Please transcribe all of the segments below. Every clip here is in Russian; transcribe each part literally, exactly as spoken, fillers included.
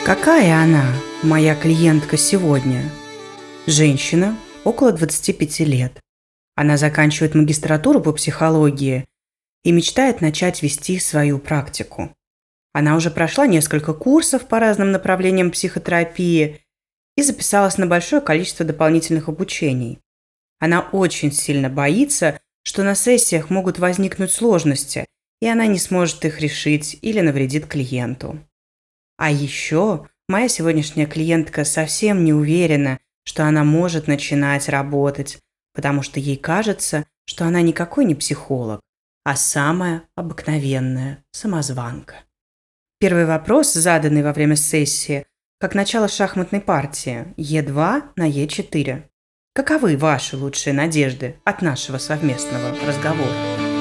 Какая она, моя клиентка сегодня? Женщина, около двадцати пяти лет. Она заканчивает магистратуру по психологии и мечтает начать вести свою практику. Она уже прошла несколько курсов по разным направлениям психотерапии и записалась на большое количество дополнительных обучений. Она очень сильно боится, что на сессиях могут возникнуть сложности, и она не сможет их решить или навредит клиенту. А еще моя сегодняшняя клиентка совсем не уверена, что она может начинать работать, потому что ей кажется, что она никакой не психолог, а самая обыкновенная самозванка. Первый вопрос, заданный во время сессии, как начало шахматной партии е два на е четыре. Каковы ваши лучшие надежды от нашего совместного разговора?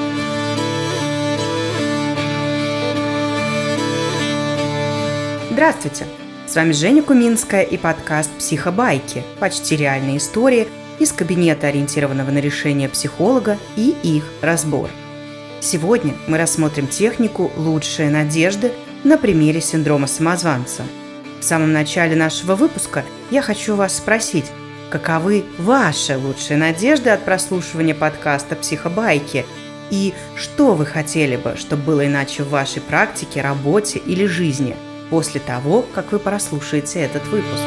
Здравствуйте! С вами Женя Куминская и подкаст «Психобайки» – почти реальные истории из кабинета, ориентированного на решение психолога, и их разбор. Сегодня мы рассмотрим технику «Лучшие надежды» на примере синдрома самозванца. В самом начале нашего выпуска я хочу вас спросить, каковы ваши лучшие надежды от прослушивания подкаста «Психобайки» и что вы хотели бы, чтобы было иначе в вашей практике, работе или жизни после того, как вы прослушаете этот выпуск.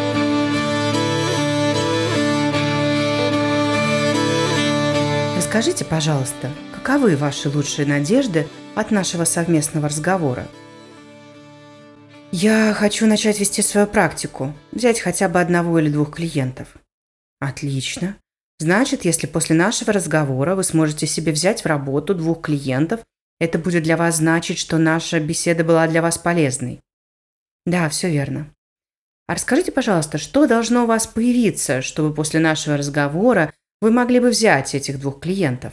Расскажите, пожалуйста, каковы ваши лучшие надежды от нашего совместного разговора? Я хочу начать вести свою практику, взять хотя бы одного или двух клиентов. Отлично. Значит, если после нашего разговора вы сможете себе взять в работу двух клиентов, это будет для вас значить, что наша беседа была для вас полезной. Да, все верно. А расскажите, пожалуйста, что должно у вас появиться, чтобы после нашего разговора вы могли бы взять этих двух клиентов?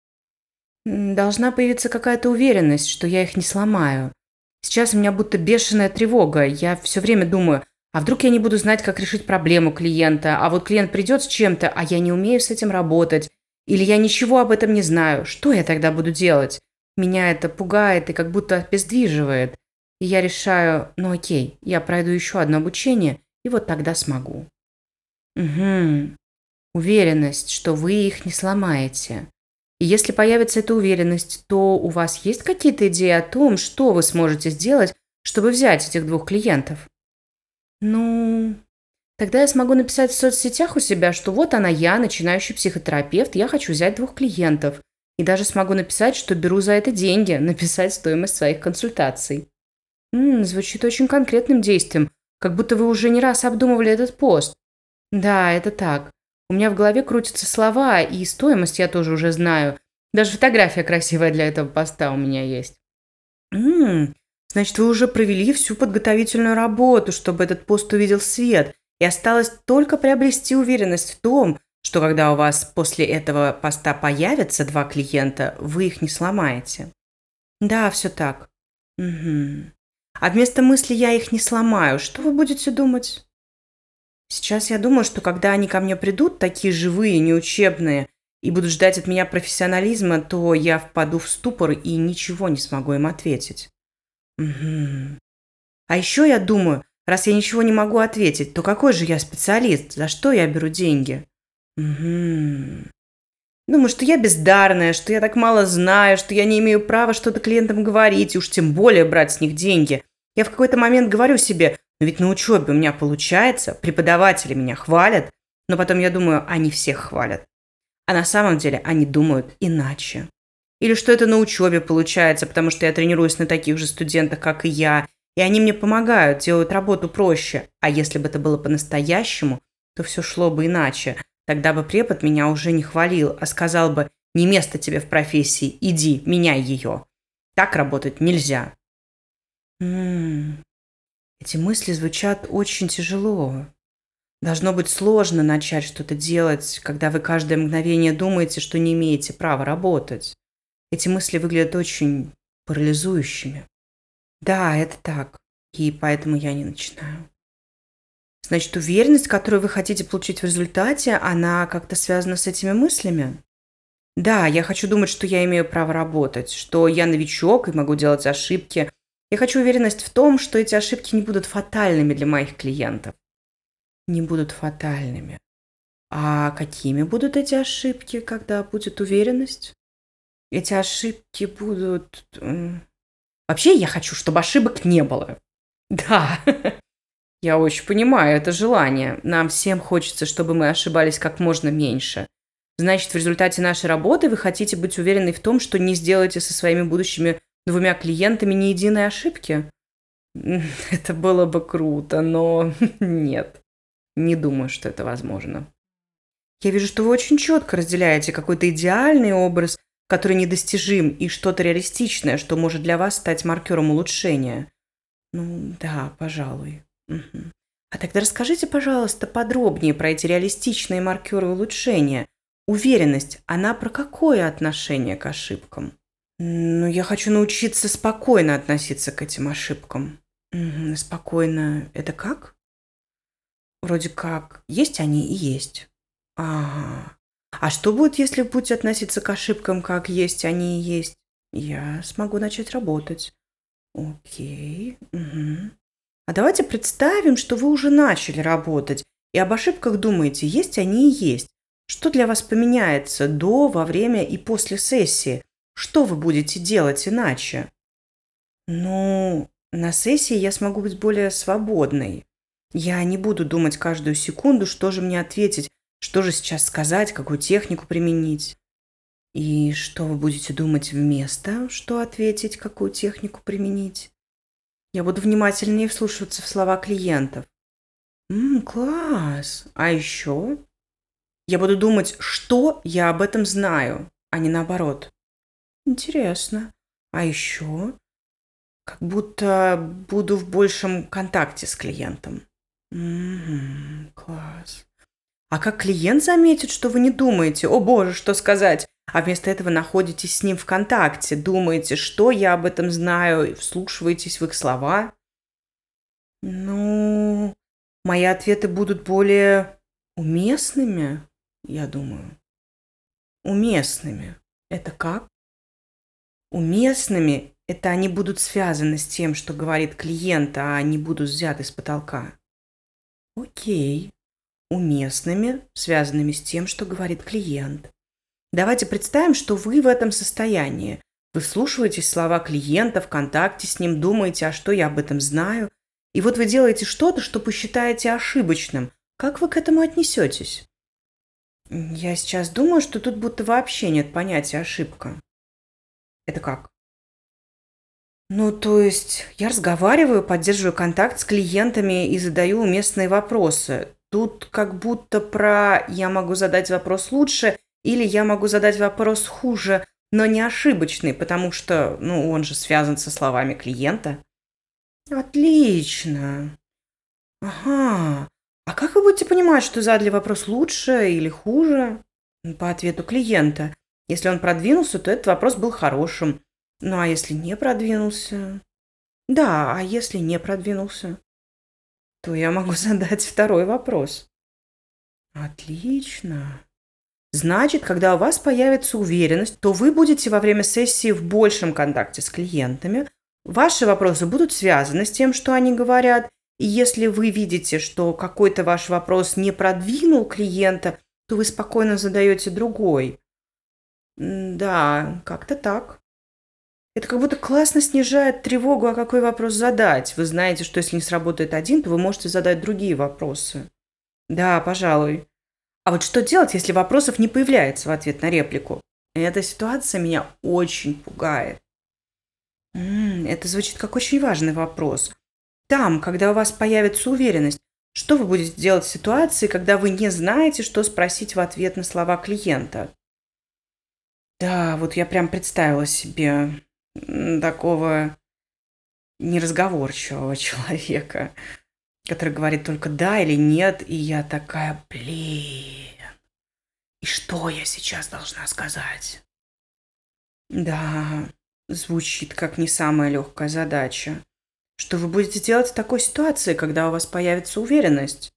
Должна появиться какая-то уверенность, что я их не сломаю. Сейчас у меня будто бешеная тревога. Я все время думаю, а вдруг я не буду знать, как решить проблему клиента, а вот клиент придет с чем-то, а я не умею с этим работать, или я ничего об этом не знаю. Что я тогда буду делать? Меня это пугает и как будто обездвиживает. И я решаю, ну окей, я пройду еще одно обучение, и вот тогда смогу. Угу. Уверенность, что вы их не сломаете. И если появится эта уверенность, то у вас есть какие-то идеи о том, что вы сможете сделать, чтобы взять этих двух клиентов? Ну, тогда я смогу написать в соцсетях у себя, что вот она я, начинающий психотерапевт, я хочу взять двух клиентов. И даже смогу написать, что беру за это деньги, написать стоимость своих консультаций. М-м, звучит очень конкретным действием, как будто вы уже не раз обдумывали этот пост. Да, это так. У меня в голове крутятся слова, и стоимость я тоже уже знаю. Даже фотография красивая для этого поста у меня есть. М-м, значит, вы уже провели всю подготовительную работу, чтобы этот пост увидел свет, и осталось только приобрести уверенность в том, что когда у вас после этого поста появятся два клиента, вы их не сломаете. Да, все так. Угу. А вместо мысли «я их не сломаю», что вы будете думать? Сейчас я думаю, что когда они ко мне придут, такие живые, неучебные, и будут ждать от меня профессионализма, то я впаду в ступор и ничего не смогу им ответить. Угу. А еще я думаю, раз я ничего не могу ответить, то какой же я специалист? За что я беру деньги? Угу. Думаю, что я бездарная, что я так мало знаю, что я не имею права что-то клиентам говорить, и уж тем более брать с них деньги. Я в какой-то момент говорю себе, но ведь на учебе у меня получается, преподаватели меня хвалят, но потом я думаю, они всех хвалят. А на самом деле они думают иначе. Или что это на учебе получается, потому что я тренируюсь на таких же студентах, как и я, и они мне помогают, делают работу проще. А если бы это было по-настоящему, то все шло бы иначе. Тогда бы препод меня уже не хвалил, а сказал бы, не место тебе в профессии, иди, меняй ее. Так работать нельзя. М-м, эти мысли звучат очень тяжело. Должно быть сложно начать что-то делать, когда вы каждое мгновение думаете, что не имеете права работать. Эти мысли выглядят очень парализующими. Да, это так, и поэтому я не начинаю. Значит, уверенность, которую вы хотите получить в результате, она как-то связана с этими мыслями? Да, я хочу думать, что я имею право работать, что я новичок и могу делать ошибки, Я хочу уверенность в том, что эти ошибки не будут фатальными для моих клиентов. Не будут фатальными. А какими будут эти ошибки, когда будет уверенность? Эти ошибки будут... м, Вообще, я хочу, чтобы ошибок не было. Да, я очень понимаю это желание. Нам всем хочется, чтобы мы ошибались как можно меньше. Значит, в результате нашей работы вы хотите быть уверены в том, что не сделаете со своими будущими двумя клиентами ни единой ошибки? М, Это было бы круто, но нет, не думаю, что это возможно. Я вижу, что вы очень четко разделяете какой-то идеальный образ, который недостижим, и что-то реалистичное, что может для вас стать маркером улучшения. Ну да, пожалуй. Мгм. А тогда расскажите, пожалуйста, подробнее про эти реалистичные маркеры улучшения. Уверенность, она про какое отношение к ошибкам? Ну, я хочу научиться спокойно относиться к этим ошибкам. Мгм, спокойно. Это как? Вроде как есть они и есть. Ага. А что будет, если вы будете относиться к ошибкам, как есть они и есть? Я смогу начать работать. Окей. Мгм. А давайте представим, что вы уже начали работать, и об ошибках думаете, есть они и есть. Что для вас поменяется до, во время и после сессии? Что вы будете делать иначе? Ну, на сессии я смогу быть более свободной. Я не буду думать каждую секунду, что же мне ответить, что же сейчас сказать, какую технику применить. И что вы будете думать вместо, что ответить, какую технику применить? Я буду внимательнее вслушиваться в слова клиентов. М, класс. А еще я буду думать, что я об этом знаю, а не наоборот. Интересно. А еще как будто буду в большем контакте с клиентом. Мгм, класс. А как клиент заметит, что вы не думаете, о боже, что сказать, а вместо этого находитесь с ним в контакте, думаете, что я об этом знаю, и вслушиваетесь в их слова? Ну, мои ответы будут более уместными, я думаю. Уместными. Это как? Уместными — это они будут связаны с тем, что говорит клиент, а не будут взяты с потолка. Окей. Уместными, связанными с тем, что говорит клиент. Давайте представим, что вы в этом состоянии. Вы вслушиваетесь в слова клиента, в контакте с ним, думаете, а что я об этом знаю. И вот вы делаете что-то, что посчитаете ошибочным. Как вы к этому отнесетесь? М, Я сейчас думаю, что тут будто вообще нет понятия ошибка. Это как? Ну, то есть я разговариваю, поддерживаю контакт с клиентами и задаю уместные вопросы. Тут как будто про я могу задать вопрос лучше или я могу задать вопрос хуже, но не ошибочный, потому что, ну, он же связан со словами клиента. Отлично. Ага. А как вы будете понимать, что задали вопрос лучше или хуже? М, По ответу клиента. Если он продвинулся, то этот вопрос был хорошим. Ну а если не продвинулся? Да, а если не продвинулся, то я могу задать второй вопрос. Отлично. Значит, когда у вас появится уверенность, то вы будете во время сессии в большем контакте с клиентами. Ваши вопросы будут связаны с тем, что они говорят. И если вы видите, что какой-то ваш вопрос не продвинул клиента, то вы спокойно задаете другой. М, Да, как-то так. Это как будто классно снижает тревогу, а какой вопрос задать. Вы знаете, что если не сработает один, то вы можете задать другие вопросы. Да, пожалуй. А вот что делать, если вопросов не появляется в ответ на реплику? Эта ситуация меня очень пугает. М, это звучит как очень важный вопрос. Там, когда у вас появится уверенность, что вы будете делать в ситуации, когда вы не знаете, что спросить в ответ на слова клиента? Да, вот я прям представила себе м, такого неразговорчивого человека, который говорит только да или нет, и я такая, блин, и что я сейчас должна сказать? Да, звучит как не самая легкая задача. Что вы будете делать в такой ситуации, когда у вас появится уверенность?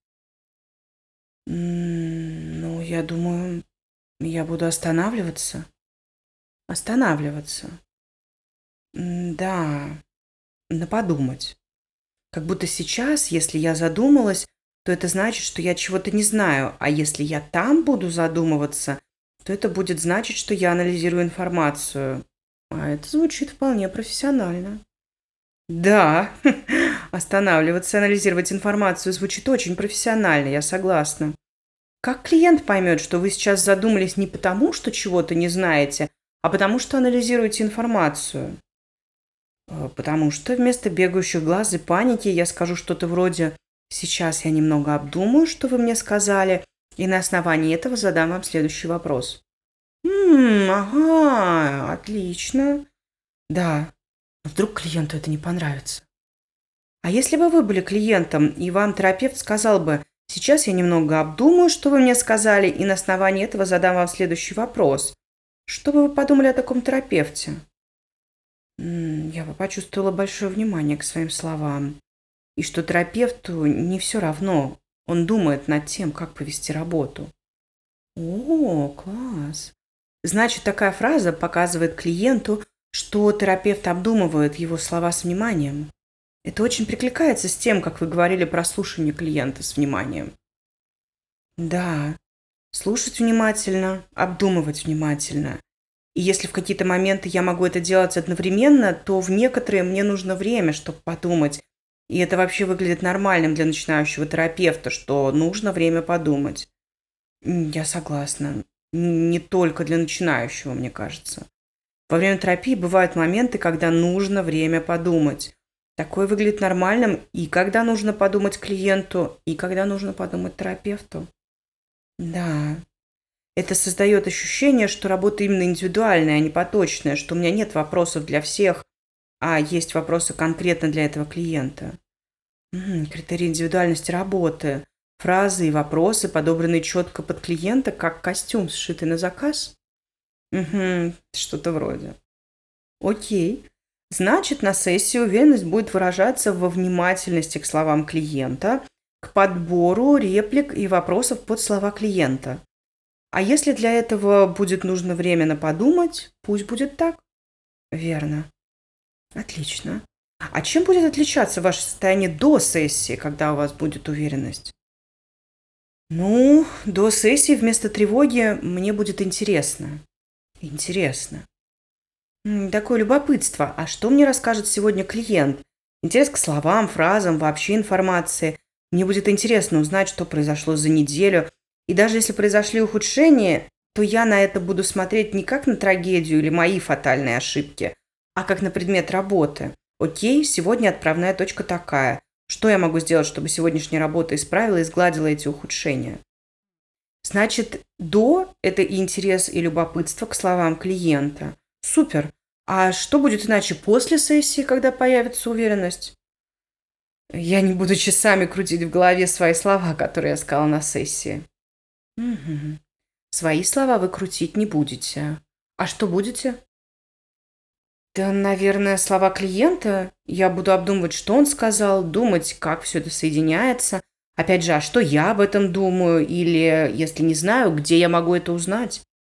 М, Ну, я думаю, я буду останавливаться. Останавливаться. М, Да, на подумать. Как будто сейчас, если я задумалась, то это значит, что я чего-то не знаю, а если я там буду задумываться, то это будет значить, что я анализирую информацию. А это звучит вполне профессионально. Да, останавливаться, анализировать информацию звучит очень профессионально, я согласна. Как клиент поймет, что вы сейчас задумались не потому, что чего-то не знаете, а потому что анализируете информацию? Э, Потому что вместо бегающих глаз и паники я скажу что-то вроде «Сейчас я немного обдумаю, что вы мне сказали, и на основании этого задам вам следующий вопрос». «М, ага, отлично. Да, но вдруг клиенту это не понравится. А если бы вы были клиентом, и вам терапевт сказал бы, сейчас я немного обдумаю, что вы мне сказали, и на основании этого задам вам следующий вопрос. Что бы вы подумали о таком терапевте? М, Я бы почувствовала большое внимание к своим словам. И что терапевту не все равно. Он думает над тем, как повести работу. О, класс. Значит, такая фраза показывает клиенту, что терапевт обдумывает его слова с вниманием. Это очень прикликается с тем, как вы говорили про слушание клиента с вниманием. Да, слушать внимательно, обдумывать внимательно. И если в какие-то моменты я могу это делать одновременно, то в некоторые мне нужно время, чтобы подумать. И это вообще выглядит нормальным для начинающего терапевта, что нужно время подумать. М, Я согласна. Н- Не только для начинающего, мне кажется. Во время терапии бывают моменты, когда нужно время подумать. Такое выглядит нормальным и когда нужно подумать клиенту, и когда нужно подумать терапевту. Да, это создает ощущение, что работа именно индивидуальная, а не поточная, что у меня нет вопросов для всех, а есть вопросы конкретно для этого клиента. М, Критерии индивидуальности работы. Фразы и вопросы, подобранные четко под клиента, как костюм, сшитый на заказ. Мгм, что-то вроде. Окей. Значит, на сессии уверенность будет выражаться во внимательности к словам клиента, к подбору реплик и вопросов под слова клиента. А если для этого будет нужно время на подумать, пусть будет так. Верно. Отлично. А чем будет отличаться ваше состояние до сессии, когда у вас будет уверенность? Ну, до сессии вместо тревоги мне будет интересно. Интересно. М, Такое любопытство. А что мне расскажет сегодня клиент? Интерес к словам, фразам, вообще информации. Мне будет интересно узнать, что произошло за неделю. И даже если произошли ухудшения, то я на это буду смотреть не как на трагедию или мои фатальные ошибки, а как на предмет работы. Окей, сегодня отправная точка такая. Что я могу сделать, чтобы сегодняшняя работа исправила и сгладила эти ухудшения? Значит, до– это и интерес, и любопытство к словам клиента. Супер. А что будет иначе после сессии, когда появится уверенность? Я не буду часами крутить в голове свои слова, которые я сказала на сессии. Мгм. Свои слова вы крутить не будете. А что будете? Да, наверное, слова клиента. Я буду обдумывать, что он сказал, думать, как все это соединяется. Опять же, а что я об этом думаю? Или, если не знаю, где я могу это узнать?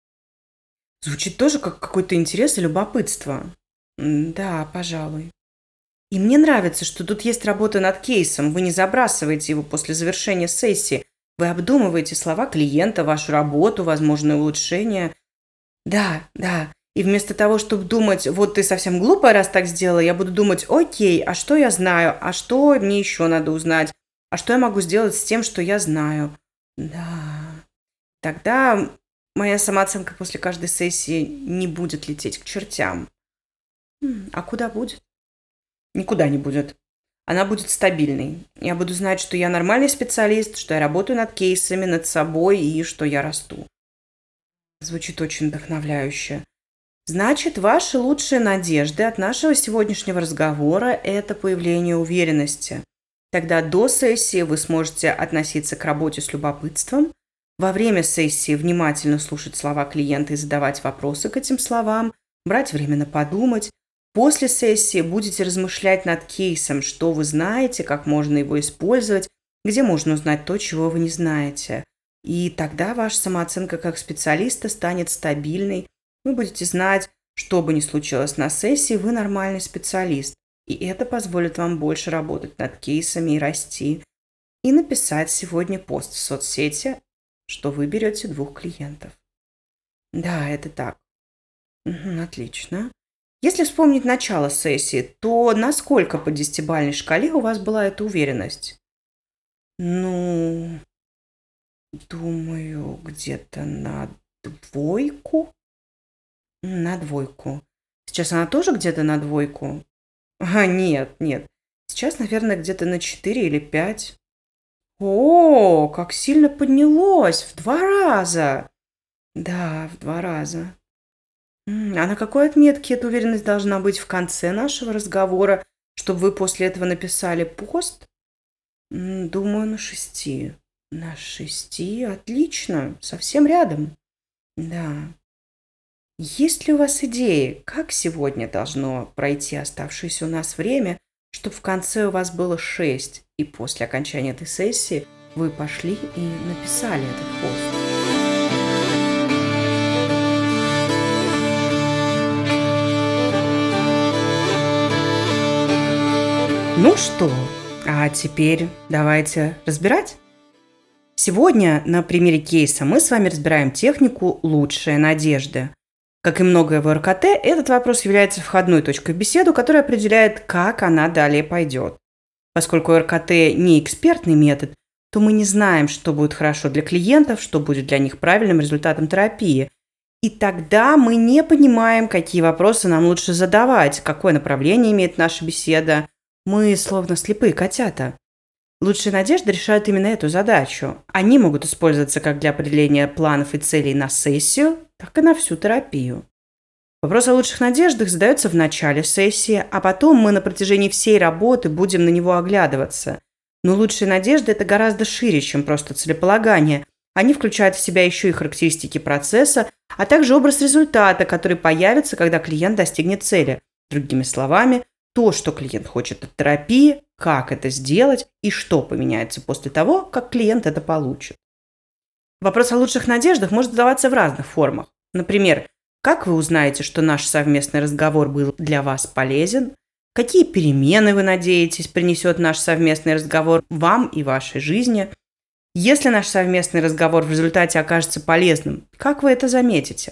Звучит тоже как какой-то интерес и любопытство. М, Да, пожалуй. И мне нравится, что тут есть работа над кейсом. Вы не забрасываете его после завершения сессии. Вы обдумываете слова клиента, вашу работу, возможные улучшения. Да, да. И вместо того, чтобы думать, вот ты совсем глупая, раз так сделала, я буду думать, окей, а что я знаю, а что мне еще надо узнать, а что я могу сделать с тем, что я знаю. Да. Тогда моя самооценка после каждой сессии не будет лететь к чертям. М, А куда будет? Никуда не будет. Она будет стабильной. Я буду знать, что я нормальный специалист, что я работаю над кейсами, над собой и что я расту. Звучит очень вдохновляюще. Значит, ваши лучшие надежды от нашего сегодняшнего разговора– это появление уверенности. Тогда до сессии вы сможете относиться к работе с любопытством, во время сессии внимательно слушать слова клиента и задавать вопросы к этим словам, брать время на подумать. После сессии будете размышлять над кейсом, что вы знаете, как можно его использовать, где можно узнать то, чего вы не знаете. И тогда ваша самооценка как специалиста станет стабильной. Вы будете знать, что бы ни случилось на сессии, вы нормальный специалист. И это позволит вам больше работать над кейсами и расти. И написать сегодня пост в соцсети, что вы берете двух клиентов. Да, это так. Мгм, отлично. Если вспомнить начало сессии, то насколько по десятибалльной шкале у вас была эта уверенность? Ну, думаю, где-то на двойку. М, На двойку. Сейчас она тоже где-то на двойку? А, нет, нет. Сейчас, наверное, где-то на четыре или пять. О, как сильно поднялось! В два раза! Да, в два раза. М, А на какой отметке эта уверенность должна быть в конце нашего разговора, чтобы вы после этого написали пост? М, Думаю, на шести. На шести? Отлично. Совсем рядом. Да. Есть ли у вас идеи, как сегодня должно пройти оставшееся у нас время, чтобы в конце у вас было шесть, и после окончания этой сессии вы пошли и написали этот пост? Ну что, а теперь давайте разбирать. Сегодня на примере кейса мы с вами разбираем технику «Лучшие надежды». Как и многое в РКТ, этот вопрос является входной точкой в беседу, которая определяет, как она далее пойдет. Поскольку РКТ не экспертный метод, то мы не знаем, что будет хорошо для клиентов, что будет для них правильным результатом терапии. И тогда мы не понимаем, какие вопросы нам лучше задавать, какое направление имеет наша беседа. Мы словно слепые котята. Лучшие надежды решают именно эту задачу. Они могут использоваться как для определения планов и целей на сессию, так и на всю терапию. Вопрос о лучших надеждах задается в начале сессии, а потом мы на протяжении всей работы будем на него оглядываться. Но лучшие надежды – это гораздо шире, чем просто целеполагание. Они включают в себя еще и характеристики процесса, а также образ результата, который появится, когда клиент достигнет цели. Другими словами, то, что клиент хочет от терапии, как это сделать и что поменяется после того, как клиент это получит. Вопрос о лучших надеждах может задаваться в разных формах. Например, как вы узнаете, что наш совместный разговор был для вас полезен? Какие перемены вы надеетесь принесет наш совместный разговор вам и вашей жизни? Если наш совместный разговор в результате окажется полезным, как вы это заметите?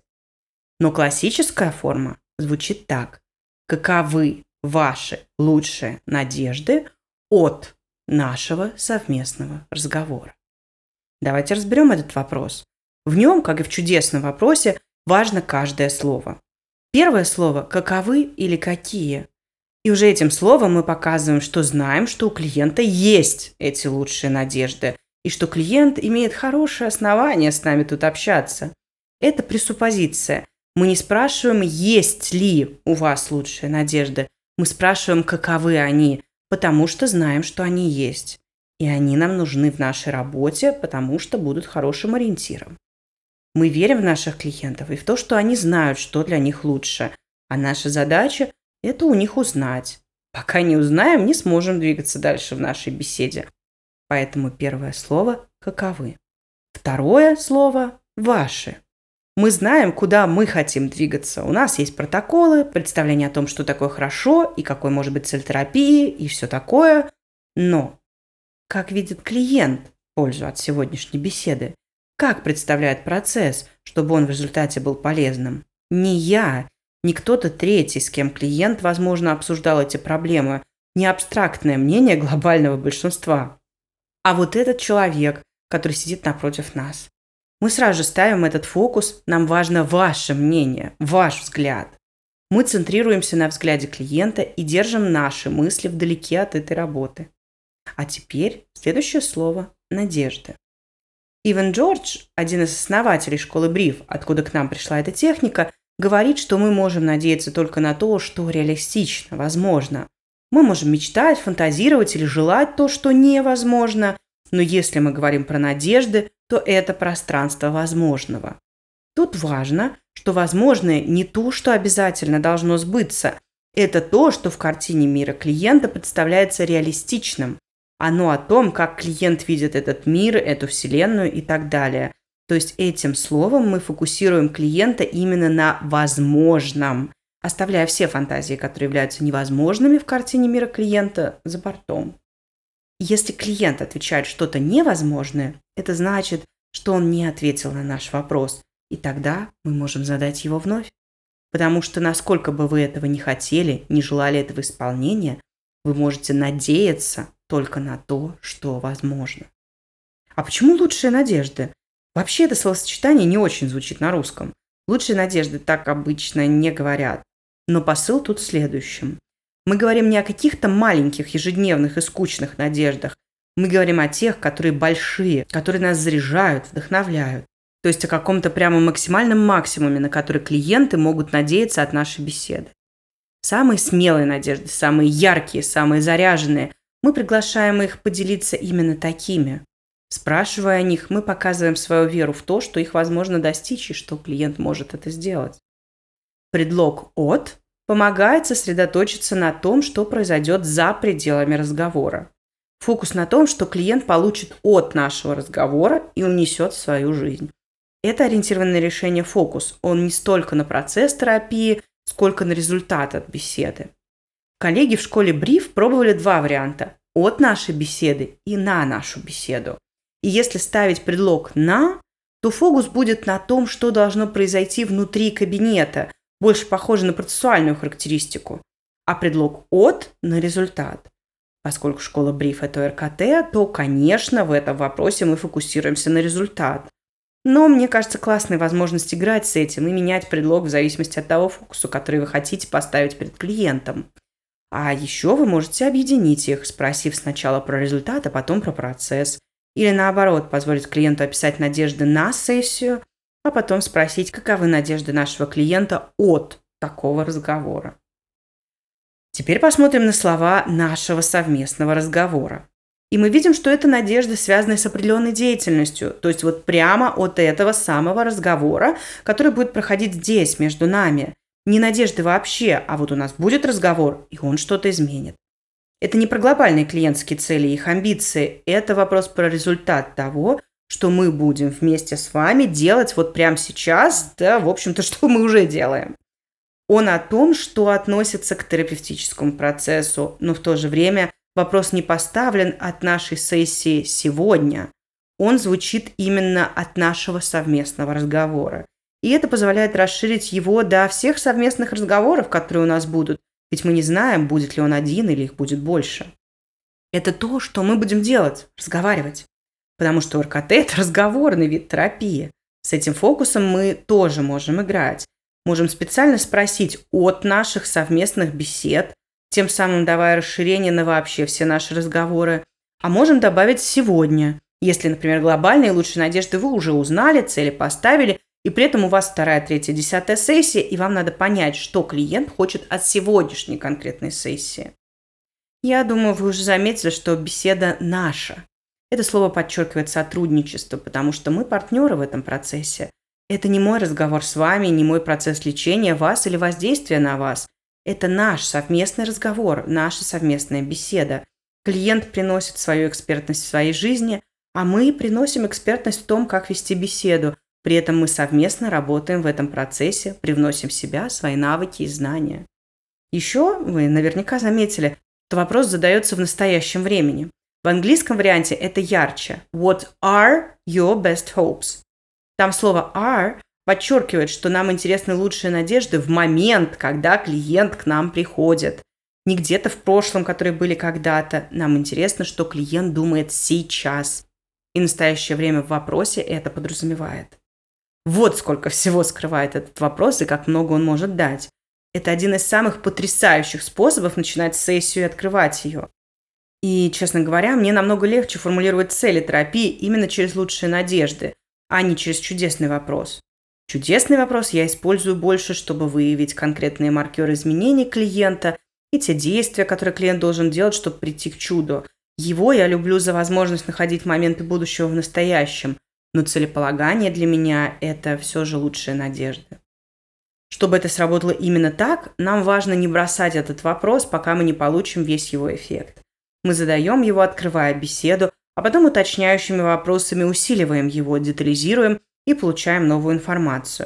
Но классическая форма звучит так. Каковы ваши лучшие надежды от нашего совместного разговора? Давайте разберем этот вопрос. В нем, как и в чудесном вопросе, важно каждое слово. Первое слово «каковы» или «какие». И уже этим словом мы показываем, что знаем, что у клиента есть эти лучшие надежды, и что клиент имеет хорошее основание с нами тут общаться. Это пресуппозиция. Мы не спрашиваем, есть ли у вас лучшие надежды. Мы спрашиваем, каковы они, потому что знаем, что они есть. И они нам нужны в нашей работе, потому что будут хорошим ориентиром. Мы верим в наших клиентов и в то, что они знают, что для них лучше. А наша задача – это у них узнать. Пока не узнаем, не сможем двигаться дальше в нашей беседе. Поэтому первое слово – каковы. Второе слово – ваши. Мы знаем, куда мы хотим двигаться. У нас есть протоколы, представление о том, что такое хорошо и какой может быть цель терапии и все такое. Но как видит клиент пользу от сегодняшней беседы? Как представляет процесс, чтобы он в результате был полезным? Не я, не кто-то третий, с кем клиент, возможно, обсуждал эти проблемы, не абстрактное мнение глобального большинства, а вот этот человек, который сидит напротив нас. Мы сразу же ставим этот фокус, нам важно ваше мнение, ваш взгляд. Мы центрируемся на взгляде клиента и держим наши мысли вдалеке от этой работы. А теперь следующее слово – надежды. Иван Джордж, один из основателей школы Бриф, откуда к нам пришла эта техника, говорит, что мы можем надеяться только на то, что реалистично, возможно. Мы можем мечтать, фантазировать или желать то, что невозможно, но если мы говорим про надежды, то это пространство возможного. Тут важно, что возможное не то, что обязательно должно сбыться. Это то, что в картине мира клиента представляется реалистичным. Оно о том, как клиент видит этот мир, эту вселенную и так далее. То есть этим словом мы фокусируем клиента именно на возможном. оставляя все фантазии, которые являются невозможными в картине мира клиента, за бортом. Если клиент отвечает что-то невозможное, это значит, что он не ответил на наш вопрос, и тогда мы можем задать его вновь. Потому что насколько бы вы этого не хотели, не желали этого исполнения, вы можете надеяться только на то, что возможно. А почему лучшие надежды? Вообще это словосочетание не очень звучит на русском. Лучшие надежды так обычно не говорят. Но посыл тут в следующем. Мы говорим не о каких-то маленьких, ежедневных и скучных надеждах. Мы говорим о тех, которые большие, которые нас заряжают, вдохновляют. То есть о каком-то прямо максимальном максимуме, на который клиенты могут надеяться от нашей беседы. Самые смелые надежды, самые яркие, самые заряженные. Мы приглашаем их поделиться именно такими. Спрашивая о них, мы показываем свою веру в то, что их возможно достичь и что клиент может это сделать. Предлог «от» помогает сосредоточиться на том, что произойдет за пределами разговора. Фокус на том, что клиент получит от нашего разговора и унесет в свою жизнь. Это ориентированное решение фокус. Он не столько на процесс терапии, сколько на результат от беседы. Коллеги в школе Бриф пробовали два варианта – от нашей беседы и на нашу беседу. И если ставить предлог «на», то фокус будет на том, что должно произойти внутри кабинета, больше похоже на процессуальную характеристику, а предлог «от» – на результат. Поскольку школа Бриф – это эр ка тэ, то, конечно, в этом вопросе мы фокусируемся на результат. Но мне кажется, классная возможность играть с этим и менять предлог в зависимости от того фокуса, который вы хотите поставить перед клиентом. А еще вы можете объединить их, спросив сначала про результат, а потом про процесс. Или наоборот, позволить клиенту описать надежды на сессию, а потом спросить, каковы надежды нашего клиента от такого разговора. Теперь посмотрим на слова нашего совместного разговора. И мы видим, что это надежды, связанные с определенной деятельностью, то есть вот прямо от этого самого разговора, который будет проходить здесь, между нами. Не надежды вообще, а вот у нас будет разговор, и он что-то изменит. Это не про глобальные клиентские цели и их амбиции, это вопрос про результат того, что мы будем вместе с вами делать вот прямо сейчас, да, в общем-то, что мы уже делаем. Он о том, что относится к терапевтическому процессу, но в то же время вопрос не поставлен от нашей сессии сегодня. Он звучит именно от нашего совместного разговора. И это позволяет расширить его до всех совместных разговоров, которые у нас будут, ведь мы не знаем, будет ли он один или их будет больше. Это то, что мы будем делать, разговаривать. Потому что эр ка тэ – это разговорный вид терапии. С этим фокусом мы тоже можем играть. Можем специально спросить от наших совместных бесед, тем самым давая расширение на вообще все наши разговоры. А можем добавить сегодня, если, например, глобальные лучшие надежды вы уже узнали, цели поставили, и при этом у вас вторая, третья, десятая сессия, и вам надо понять, что клиент хочет от сегодняшней конкретной сессии. Я думаю, вы уже заметили, что беседа наша. Это слово подчеркивает сотрудничество, потому что мы партнеры в этом процессе. Это не мой разговор с вами, не мой процесс лечения вас или воздействия на вас. Это наш совместный разговор, наша совместная беседа. Клиент приносит свою экспертность в своей жизни, а мы приносим экспертность в том, как вести беседу. При этом мы совместно работаем в этом процессе, привносим в себя свои навыки и знания. Еще вы наверняка заметили, что вопрос задается в настоящем времени. В английском варианте это ярче. What are your best hopes? Там слово are подчеркивает, что нам интересны лучшие надежды в момент, когда клиент к нам приходит. Не где-то в прошлом, которые были когда-то. Нам интересно, что клиент думает сейчас. И настоящее время в вопросе это подразумевает. Вот сколько всего скрывает этот вопрос и как много он может дать. Это один из самых потрясающих способов начинать сессию и открывать ее. И, честно говоря, мне намного легче формулировать цели терапии именно через лучшие надежды, а не через чудесный вопрос. Чудесный вопрос я использую больше, чтобы выявить конкретные маркеры изменений клиента и те действия, которые клиент должен делать, чтобы прийти к чуду. Его я люблю за возможность находить моменты будущего в настоящем, но целеполагание для меня – это все же лучшие надежды. Чтобы это сработало именно так, нам важно не бросать этот вопрос, пока мы не получим весь его эффект. Мы задаем его, открывая беседу, а потом уточняющими вопросами усиливаем его, детализируем и получаем новую информацию.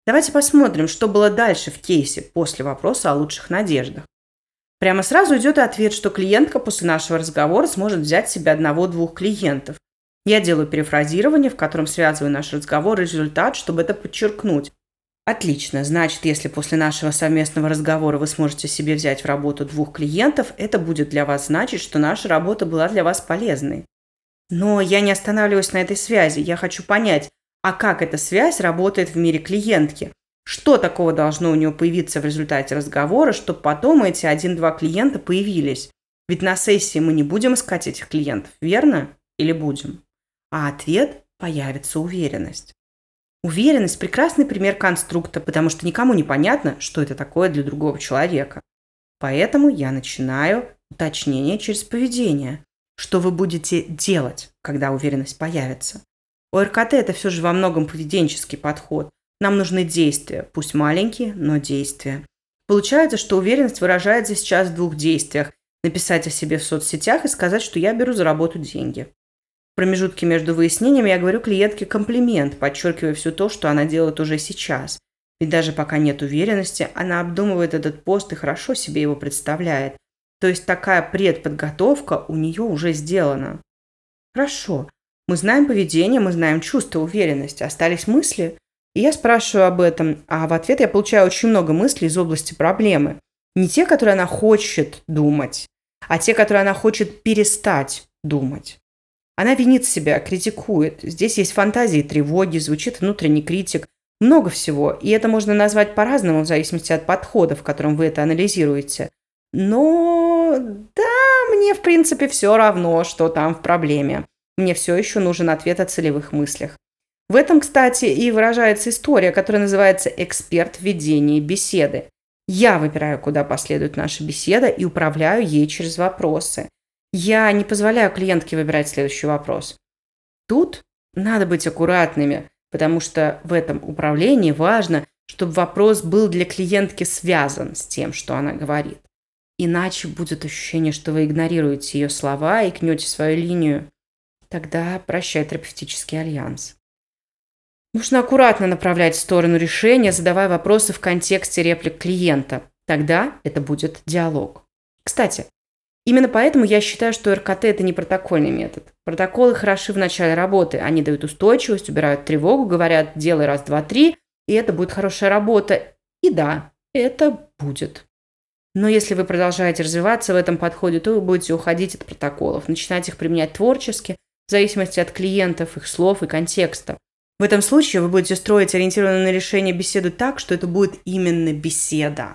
Давайте посмотрим, что было дальше в кейсе после вопроса о лучших надеждах. Прямо сразу идет ответ, что клиентка после нашего разговора сможет взять себе одного-двух клиентов. Я делаю перефразирование, в котором связываю наш разговор и результат, чтобы это подчеркнуть. Отлично. Значит, если после нашего совместного разговора вы сможете себе взять в работу двух клиентов, это будет для вас значить, что наша работа была для вас полезной. Но я не останавливаюсь на этой связи. Я хочу понять, а как эта связь работает в мире клиентки? Что такого должно у нее появиться в результате разговора, чтобы потом эти один-два клиента появились? Ведь на сессии мы не будем искать этих клиентов, верно? Или будем? А ответ – появится уверенность. Уверенность – прекрасный пример конструкта, потому что никому не понятно, что это такое для другого человека. Поэтому я начинаю уточнение через поведение. Что вы будете делать, когда уверенность появится? У эр ка тэ это все же во многом поведенческий подход. Нам нужны действия, пусть маленькие, но действия. Получается, что уверенность выражается сейчас в двух действиях. Написать о себе в соцсетях и сказать, что я беру за работу деньги. В промежутке между выяснениями я говорю клиентке комплимент, подчеркивая все то, что она делает уже сейчас. Ведь даже пока нет уверенности, она обдумывает этот пост и хорошо себе его представляет. То есть такая предподготовка у нее уже сделана. Хорошо. Мы знаем поведение, мы знаем чувство уверенности. Остались мысли? И я спрашиваю об этом, а в ответ я получаю очень много мыслей из области проблемы. Не те, которые она хочет думать, а те, которые она хочет перестать думать. Она винит себя, критикует. Здесь есть фантазии, тревоги, звучит внутренний критик. Много всего. И это можно назвать по-разному, в зависимости от подхода, в котором вы это анализируете. Но да, мне в принципе все равно, что там в проблеме. Мне все еще нужен ответ о целевых мыслях. В этом, кстати, и выражается история, которая называется «Эксперт в ведении беседы». Я выбираю, куда последует наша беседа, и управляю ей через вопросы. Я не позволяю клиентке выбирать следующий вопрос. Тут надо быть аккуратными, потому что в этом управлении важно, чтобы вопрос был для клиентки связан с тем, что она говорит. Иначе будет ощущение, что вы игнорируете ее слова и гнете свою линию. Тогда прощай терапевтический альянс. Нужно аккуратно направлять в сторону решения, задавая вопросы в контексте реплик клиента. Тогда это будет диалог. Кстати, именно поэтому я считаю, что эр ка тэ – это не протокольный метод. Протоколы хороши в начале работы. Они дают устойчивость, убирают тревогу, говорят «делай раз, два, три», и это будет хорошая работа. И да, это будет. Но если вы продолжаете развиваться в этом подходе, то вы будете уходить от протоколов, начинать их применять творчески, в зависимости от клиентов, их слов и контекста. В этом случае вы будете строить ориентированную на решение беседу так, что это будет именно беседа.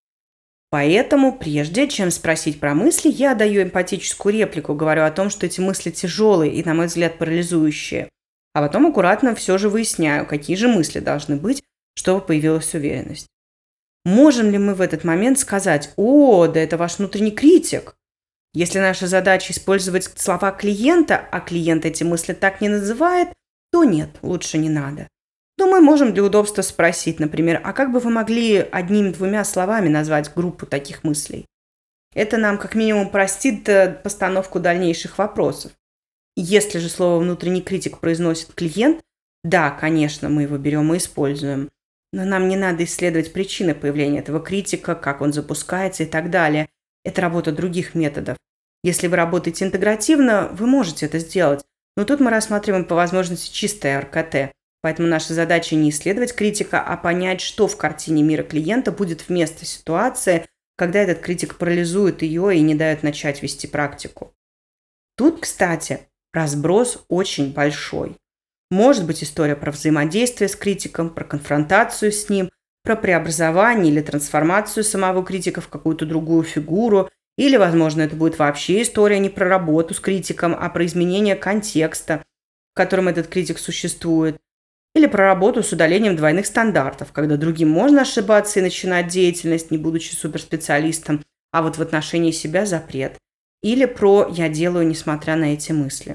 Поэтому, прежде чем спросить про мысли, я даю эмпатическую реплику, говорю о том, что эти мысли тяжелые и, на мой взгляд, парализующие. А потом аккуратно все же выясняю, какие же мысли должны быть, чтобы появилась уверенность. Можем ли мы в этот момент сказать: «О, да это ваш внутренний критик»? Если наша задача использовать слова клиента, а клиент эти мысли так не называет, то нет, лучше не надо. Но мы можем для удобства спросить, например, а как бы вы могли одними-двумя словами назвать группу таких мыслей? Это нам как минимум простит постановку дальнейших вопросов. Если же слово «внутренний критик» произносит клиент, да, конечно, мы его берем и используем. Но нам не надо исследовать причины появления этого критика, как он запускается и так далее. Это работа других методов. Если вы работаете интегративно, вы можете это сделать. Но тут мы рассматриваем по возможности чистое эр ка тэ. Поэтому наша задача не исследовать критика, а понять, что в картине мира клиента будет вместо ситуации, когда этот критик парализует ее и не дает начать вести практику. Тут, кстати, разброс очень большой. Может быть история про взаимодействие с критиком, про конфронтацию с ним, про преобразование или трансформацию самого критика в какую-то другую фигуру, или, возможно, это будет вообще история не про работу с критиком, а про изменение контекста, в котором этот критик существует, или про работу с удалением двойных стандартов, когда другим можно ошибаться и начинать деятельность, не будучи суперспециалистом, а вот в отношении себя запрет, или про «я делаю, несмотря на эти мысли».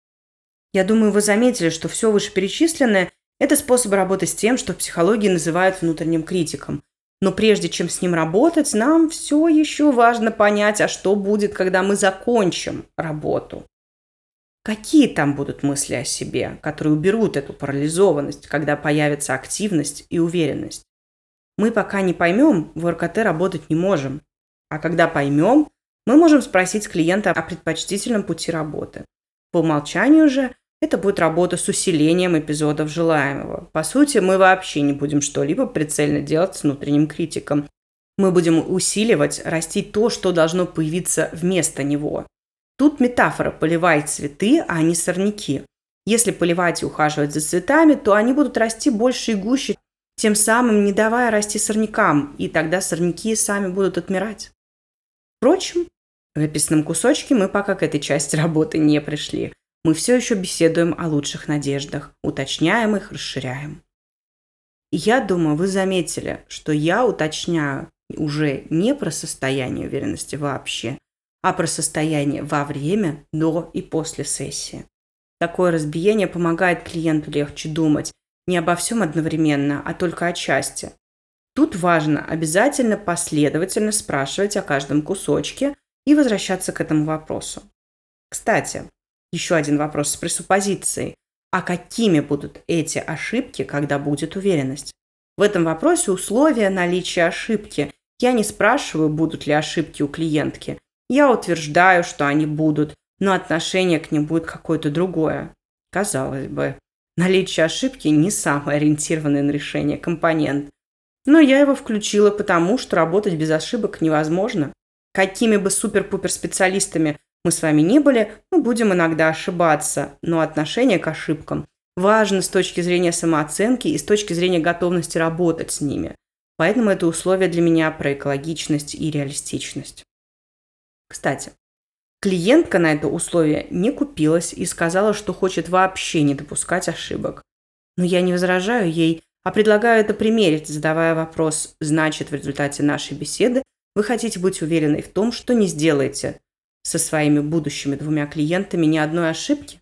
Я думаю, вы заметили, что все вышеперечисленное – это способы работы с тем, что в психологии называют внутренним критиком. Но прежде чем с ним работать, нам все еще важно понять, а что будет, когда мы закончим работу. Какие там будут мысли о себе, которые уберут эту парализованность, когда появится активность и уверенность? Мы пока не поймем, в РКТ работать не можем. А когда поймем, мы можем спросить клиента о предпочтительном пути работы. По умолчанию же это будет работа с усилением эпизодов желаемого. По сути, мы вообще не будем что-либо прицельно делать с внутренним критиком. Мы будем усиливать, растить то, что должно появиться вместо него. Тут метафора «поливай цветы, а не сорняки». Если поливать и ухаживать за цветами, то они будут расти больше и гуще, тем самым не давая расти сорнякам, и тогда сорняки сами будут отмирать. Впрочем, в написанном кусочке мы пока к этой части работы не пришли. Мы все еще беседуем о лучших надеждах, уточняем их, расширяем. И я думаю, вы заметили, что я уточняю уже не про состояние уверенности вообще, а про состояние во время, до и после сессии. Такое разбиение помогает клиенту легче думать не обо всем одновременно, а только о части. Тут важно обязательно последовательно спрашивать о каждом кусочке и возвращаться к этому вопросу. Кстати, еще один вопрос с пресуппозицией. А какими будут эти ошибки, когда будет уверенность? В этом вопросе условия наличия ошибки. Я не спрашиваю, будут ли ошибки у клиентки. Я утверждаю, что они будут, но отношение к ним будет какое-то другое. Казалось бы, наличие ошибки не самый ориентированный на решение компонент. Но я его включила потому, что работать без ошибок невозможно. Какими бы супер-пупер специалистами мы с вами не были, мы будем иногда ошибаться, но отношение к ошибкам важно с точки зрения самооценки и с точки зрения готовности работать с ними. Поэтому это условие для меня про экологичность и реалистичность. Кстати, клиентка на это условие не купилась и сказала, что хочет вообще не допускать ошибок. Но я не возражаю ей, а предлагаю это примерить, задавая вопрос: значит, в результате нашей беседы вы хотите быть уверены в том, что не сделаете со своими будущими двумя клиентами ни одной ошибки?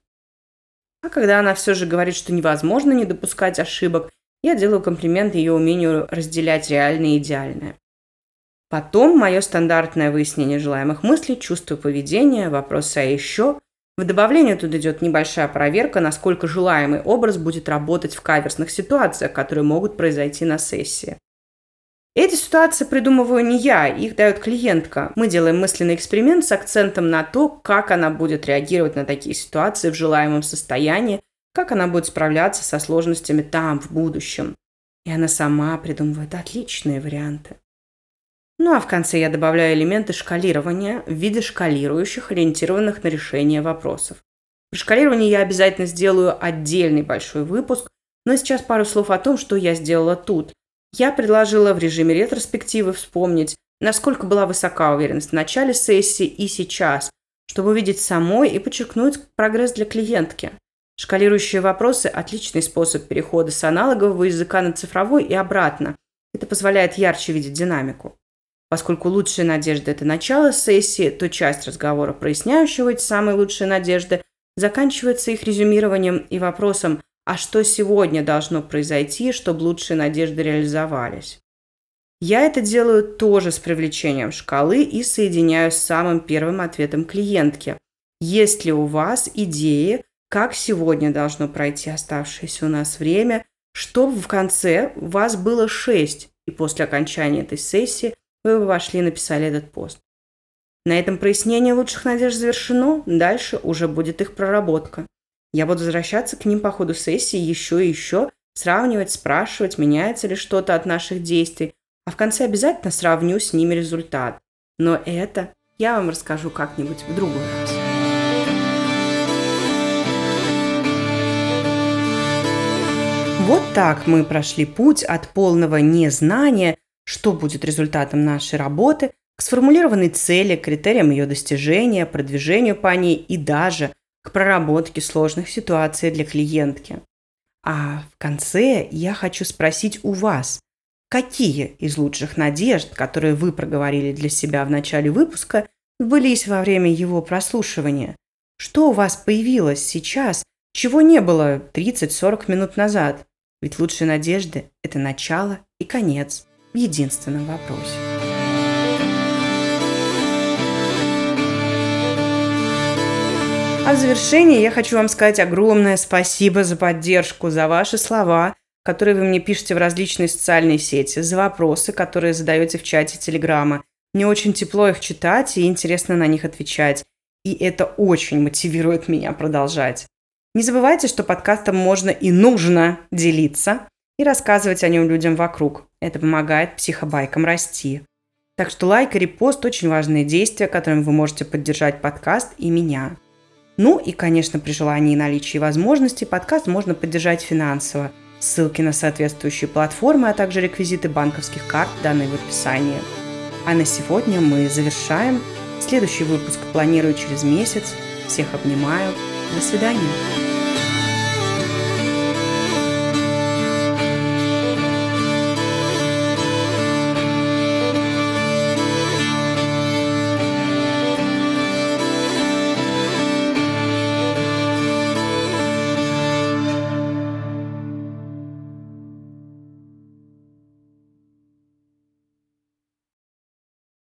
А когда она все же говорит, что невозможно не допускать ошибок, я делаю комплимент ее умению разделять реальное и идеальное. Потом мое стандартное выяснение желаемых мыслей, чувства поведения, вопросы «а еще?». В добавление тут идет небольшая проверка, насколько желаемый образ будет работать в каверзных ситуациях, которые могут произойти на сессии. Эти ситуации придумываю не я, их дает клиентка. Мы делаем мысленный эксперимент с акцентом на то, как она будет реагировать на такие ситуации в желаемом состоянии, как она будет справляться со сложностями там, в будущем. И она сама придумывает отличные варианты. Ну а в конце я добавляю элементы шкалирования в виде шкалирующих, ориентированных на решение вопросов. При шкалировании я обязательно сделаю отдельный большой выпуск, но сейчас пару слов о том, что я сделала тут. Я предложила в режиме ретроспективы вспомнить, насколько была высока уверенность в начале сессии и сейчас, чтобы увидеть самой и подчеркнуть прогресс для клиентки. Шкалирующие вопросы – отличный способ перехода с аналогового языка на цифровой и обратно. Это позволяет ярче видеть динамику. Поскольку лучшие надежды – это начало сессии, то часть разговора, проясняющего эти самые лучшие надежды, заканчивается их резюмированием и вопросом: а что сегодня должно произойти, чтобы лучшие надежды реализовались? Я это делаю тоже с привлечением шкалы и соединяю с самым первым ответом клиентки. Есть ли у вас идеи, как сегодня должно пройти оставшееся у нас время, чтобы в конце у вас было шесть, и после окончания этой сессии вы бы вошли и написали этот пост. На этом прояснение лучших надежд завершено, дальше уже будет их проработка. Я буду возвращаться к ним по ходу сессии еще и еще, сравнивать, спрашивать, меняется ли что-то от наших действий, а в конце обязательно сравню с ними результат. Но это я вам расскажу как-нибудь в другой раз. Вот так мы прошли путь от полного незнания, что будет результатом нашей работы, к сформулированной цели, критериям ее достижения, продвижению по ней и даже к проработке сложных ситуаций для клиентки. А в конце я хочу спросить у вас, какие из лучших надежд, которые вы проговорили для себя в начале выпуска, сбылись во время его прослушивания? Что у вас появилось сейчас, чего не было тридцать-сорок минут назад? Ведь лучшие надежды – это начало и конец в единственном вопросе. А А в завершение я хочу вам сказать огромное спасибо за поддержку, за ваши слова, которые вы мне пишете в различные социальные сети, за вопросы, которые задаете в чате Телеграма. Мне очень тепло их читать и интересно на них отвечать. И это очень мотивирует меня продолжать. Не забывайте, что подкастом можно и нужно делиться и рассказывать о нем людям вокруг. Это помогает психобайкам расти. Так что лайк и репост – очень важные действия, которыми вы можете поддержать подкаст и меня. Ну и, конечно, при желании и наличии возможностей подкаст можно поддержать финансово. Ссылки на соответствующие платформы, а также реквизиты банковских карт даны в описании. А на сегодня мы завершаем. Следующий выпуск планирую через месяц. Всех обнимаю. До свидания.